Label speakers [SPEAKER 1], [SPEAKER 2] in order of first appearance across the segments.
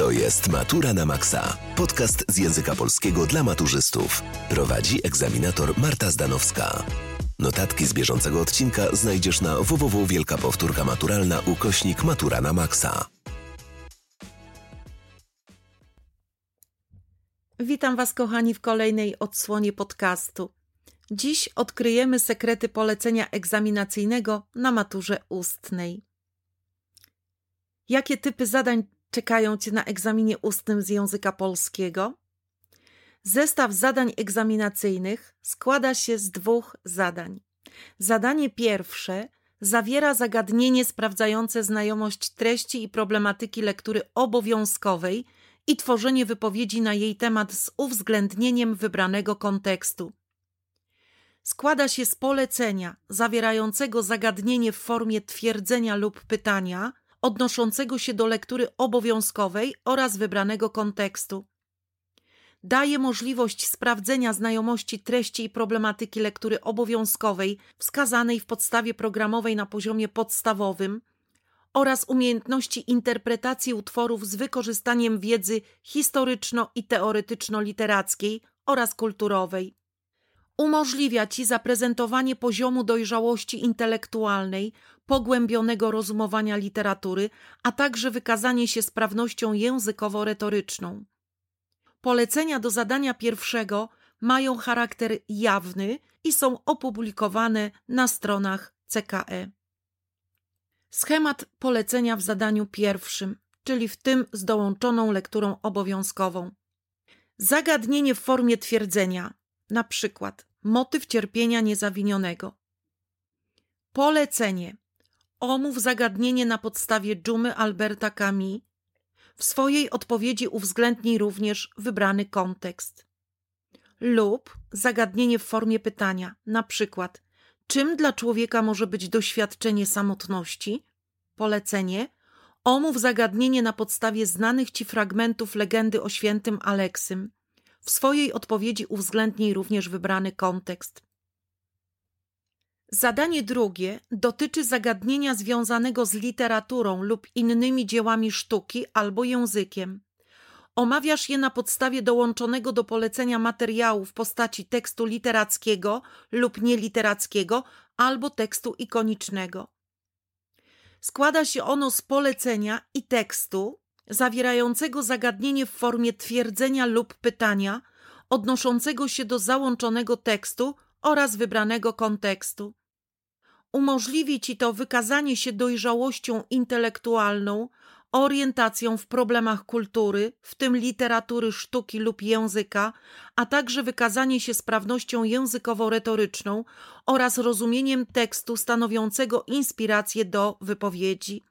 [SPEAKER 1] To jest Matura na Maksa. Podcast z języka polskiego dla maturzystów. Prowadzi egzaminator Marta Zdanowska. Notatki z bieżącego odcinka znajdziesz na www.maturalna/Matura na Maksa.
[SPEAKER 2] Witam Was, kochani, w kolejnej odsłonie podcastu. Dziś odkryjemy sekrety polecenia egzaminacyjnego na maturze ustnej. Jakie typy zadań czekają Cię na egzaminie ustnym z języka polskiego? Zestaw zadań egzaminacyjnych składa się z 2 zadań. Zadanie pierwsze zawiera zagadnienie sprawdzające znajomość treści i problematyki lektury obowiązkowej i tworzenie wypowiedzi na jej temat z uwzględnieniem wybranego kontekstu. Składa się z polecenia zawierającego zagadnienie w formie twierdzenia lub pytania odnoszącego się do lektury obowiązkowej oraz wybranego kontekstu. Daje możliwość sprawdzenia znajomości treści i problematyki lektury obowiązkowej wskazanej w podstawie programowej na poziomie podstawowym oraz umiejętności interpretacji utworów z wykorzystaniem wiedzy historyczno- i teoretyczno-literackiej oraz kulturowej. Umożliwia Ci zaprezentowanie poziomu dojrzałości intelektualnej, pogłębionego rozumowania literatury, a także wykazanie się sprawnością językowo-retoryczną. Polecenia do zadania pierwszego mają charakter jawny i są opublikowane na stronach CKE. Schemat polecenia w zadaniu pierwszym, czyli w tym z dołączoną lekturą obowiązkową. Zagadnienie w formie twierdzenia, na przykład motyw cierpienia niezawinionego. Polecenie. Omów zagadnienie na podstawie dżumy Alberta Camus. W swojej odpowiedzi uwzględnij również wybrany kontekst. Lub zagadnienie w formie pytania, na przykład czym dla człowieka może być doświadczenie samotności? Polecenie. Omów zagadnienie na podstawie znanych Ci fragmentów legendy o świętym Aleksym. W swojej odpowiedzi uwzględnij również wybrany kontekst. Zadanie drugie dotyczy zagadnienia związanego z literaturą lub innymi dziełami sztuki albo językiem. Omawiasz je na podstawie dołączonego do polecenia materiału w postaci tekstu literackiego lub nieliterackiego albo tekstu ikonicznego. Składa się ono z polecenia i tekstu zawierającego zagadnienie w formie twierdzenia lub pytania odnoszącego się do załączonego tekstu oraz wybranego kontekstu. Umożliwi Ci to wykazanie się dojrzałością intelektualną, orientacją w problemach kultury, w tym literatury, sztuki lub języka, a także wykazanie się sprawnością językowo-retoryczną oraz rozumieniem tekstu stanowiącego inspirację do wypowiedzi.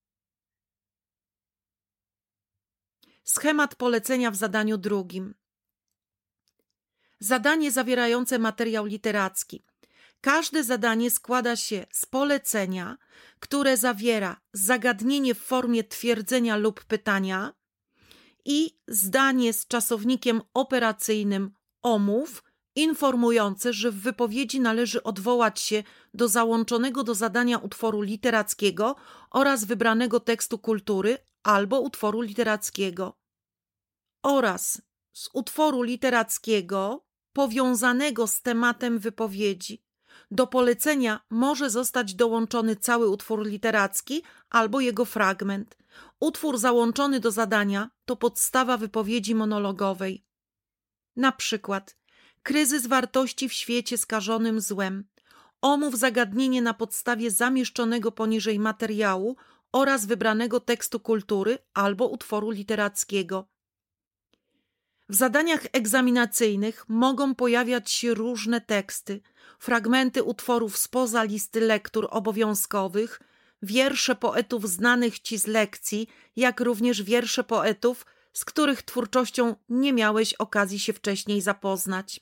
[SPEAKER 2] Schemat polecenia w zadaniu drugim. Zadanie zawierające materiał literacki. Każde zadanie składa się z polecenia, które zawiera zagadnienie w formie twierdzenia lub pytania i zdanie z czasownikiem operacyjnym omów, informujące, że w wypowiedzi należy odwołać się do załączonego do zadania utworu literackiego oraz wybranego tekstu kultury albo utworu literackiego. Oraz z utworu literackiego powiązanego z tematem wypowiedzi. Do polecenia może zostać dołączony cały utwór literacki albo jego fragment. Utwór załączony do zadania to podstawa wypowiedzi monologowej. Na przykład kryzys wartości w świecie skażonym złem. Omów zagadnienie na podstawie zamieszczonego poniżej materiału oraz wybranego tekstu kultury albo utworu literackiego. W zadaniach egzaminacyjnych mogą pojawiać się różne teksty, fragmenty utworów spoza listy lektur obowiązkowych, wiersze poetów znanych Ci z lekcji, jak również wiersze poetów, z których twórczością nie miałeś okazji się wcześniej zapoznać.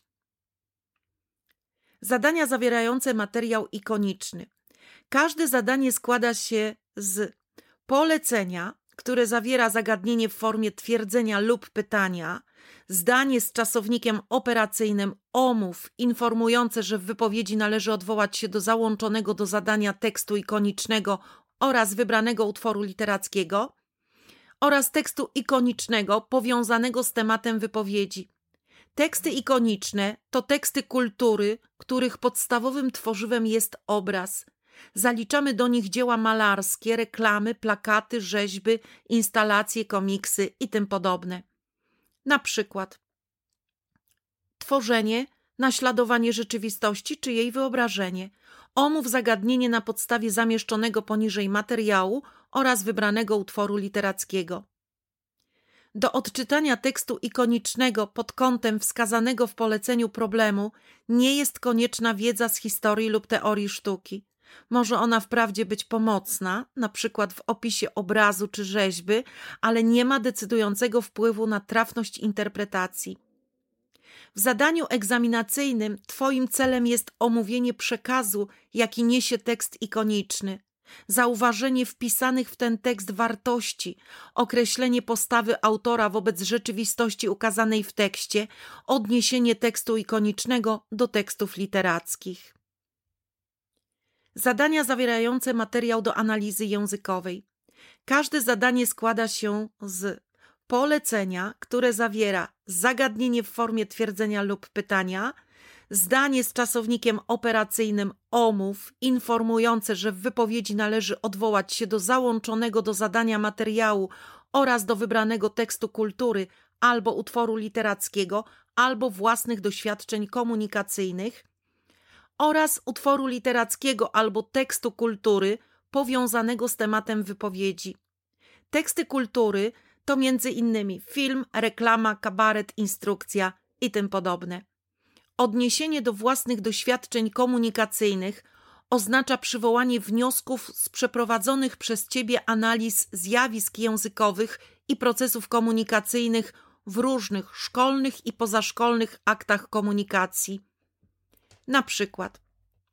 [SPEAKER 2] Zadania zawierające materiał ikoniczny. Każde zadanie składa się z polecenia, które zawiera zagadnienie w formie twierdzenia lub pytania, zdanie z czasownikiem operacyjnym omów informujące, że w wypowiedzi należy odwołać się do załączonego do zadania tekstu ikonicznego oraz wybranego utworu literackiego oraz tekstu ikonicznego powiązanego z tematem wypowiedzi. Teksty ikoniczne to teksty kultury, których podstawowym tworzywem jest obraz. Zaliczamy do nich dzieła malarskie, reklamy, plakaty, rzeźby, instalacje, komiksy i tym podobne. Na przykład tworzenie, naśladowanie rzeczywistości czy jej wyobrażenie. Omów zagadnienie na podstawie zamieszczonego poniżej materiału oraz wybranego utworu literackiego. Do odczytania tekstu ikonicznego pod kątem wskazanego w poleceniu problemu nie jest konieczna wiedza z historii lub teorii sztuki. Może ona wprawdzie być pomocna, na przykład w opisie obrazu czy rzeźby, ale nie ma decydującego wpływu na trafność interpretacji. W zadaniu egzaminacyjnym Twoim celem jest omówienie przekazu, jaki niesie tekst ikoniczny, zauważenie wpisanych w ten tekst wartości, określenie postawy autora wobec rzeczywistości ukazanej w tekście, odniesienie tekstu ikonicznego do tekstów literackich. Zadania zawierające materiał do analizy językowej. Każde zadanie składa się z polecenia, które zawiera zagadnienie w formie twierdzenia lub pytania, zdanie z czasownikiem operacyjnym omów informujące, że w wypowiedzi należy odwołać się do załączonego do zadania materiału oraz do wybranego tekstu kultury albo utworu literackiego, albo własnych doświadczeń komunikacyjnych oraz utworu literackiego albo tekstu kultury powiązanego z tematem wypowiedzi. Teksty kultury to m.in. film, reklama, kabaret, instrukcja i tym podobne. Odniesienie do własnych doświadczeń komunikacyjnych oznacza przywołanie wniosków z przeprowadzonych przez Ciebie analiz zjawisk językowych i procesów komunikacyjnych w różnych szkolnych i pozaszkolnych aktach komunikacji. Na przykład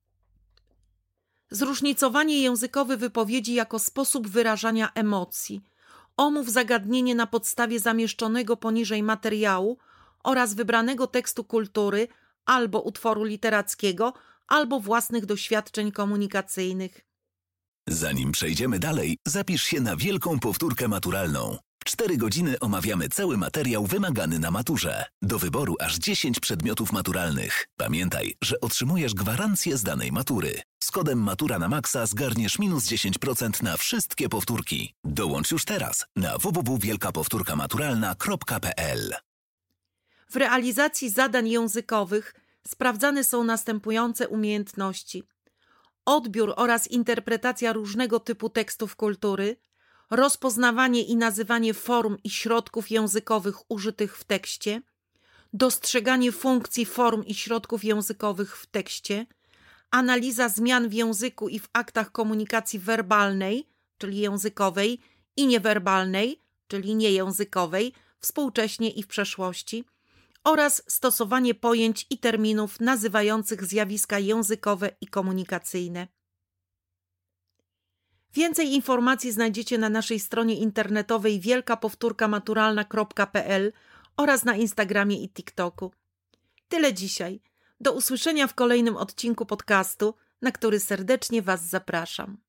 [SPEAKER 2] zróżnicowanie językowe wypowiedzi jako sposób wyrażania emocji. Omów zagadnienie na podstawie zamieszczonego poniżej materiału oraz wybranego tekstu kultury albo utworu literackiego, albo własnych doświadczeń komunikacyjnych.
[SPEAKER 1] Zanim przejdziemy dalej, zapisz się na wielką powtórkę maturalną. W 4 godziny omawiamy cały materiał wymagany na maturze. Do wyboru aż 10 przedmiotów maturalnych. Pamiętaj, że otrzymujesz gwarancję z danej matury. Z kodem Matura na Maxa zgarniesz minus 10% na wszystkie powtórki. Dołącz już teraz na www.wielkapowtórkamaturalna.pl.
[SPEAKER 2] W realizacji zadań językowych sprawdzane są następujące umiejętności: odbiór oraz interpretacja różnego typu tekstów kultury, rozpoznawanie i nazywanie form i środków językowych użytych w tekście, dostrzeganie funkcji form i środków językowych w tekście, analiza zmian w języku i w aktach komunikacji werbalnej, czyli językowej, i niewerbalnej, czyli niejęzykowej, współcześnie i w przeszłości, oraz stosowanie pojęć i terminów nazywających zjawiska językowe i komunikacyjne. Więcej informacji znajdziecie na naszej stronie internetowej wielkapowtórkamaturalna.pl oraz na Instagramie i TikToku. Tyle dzisiaj. Do usłyszenia w kolejnym odcinku podcastu, na który serdecznie Was zapraszam.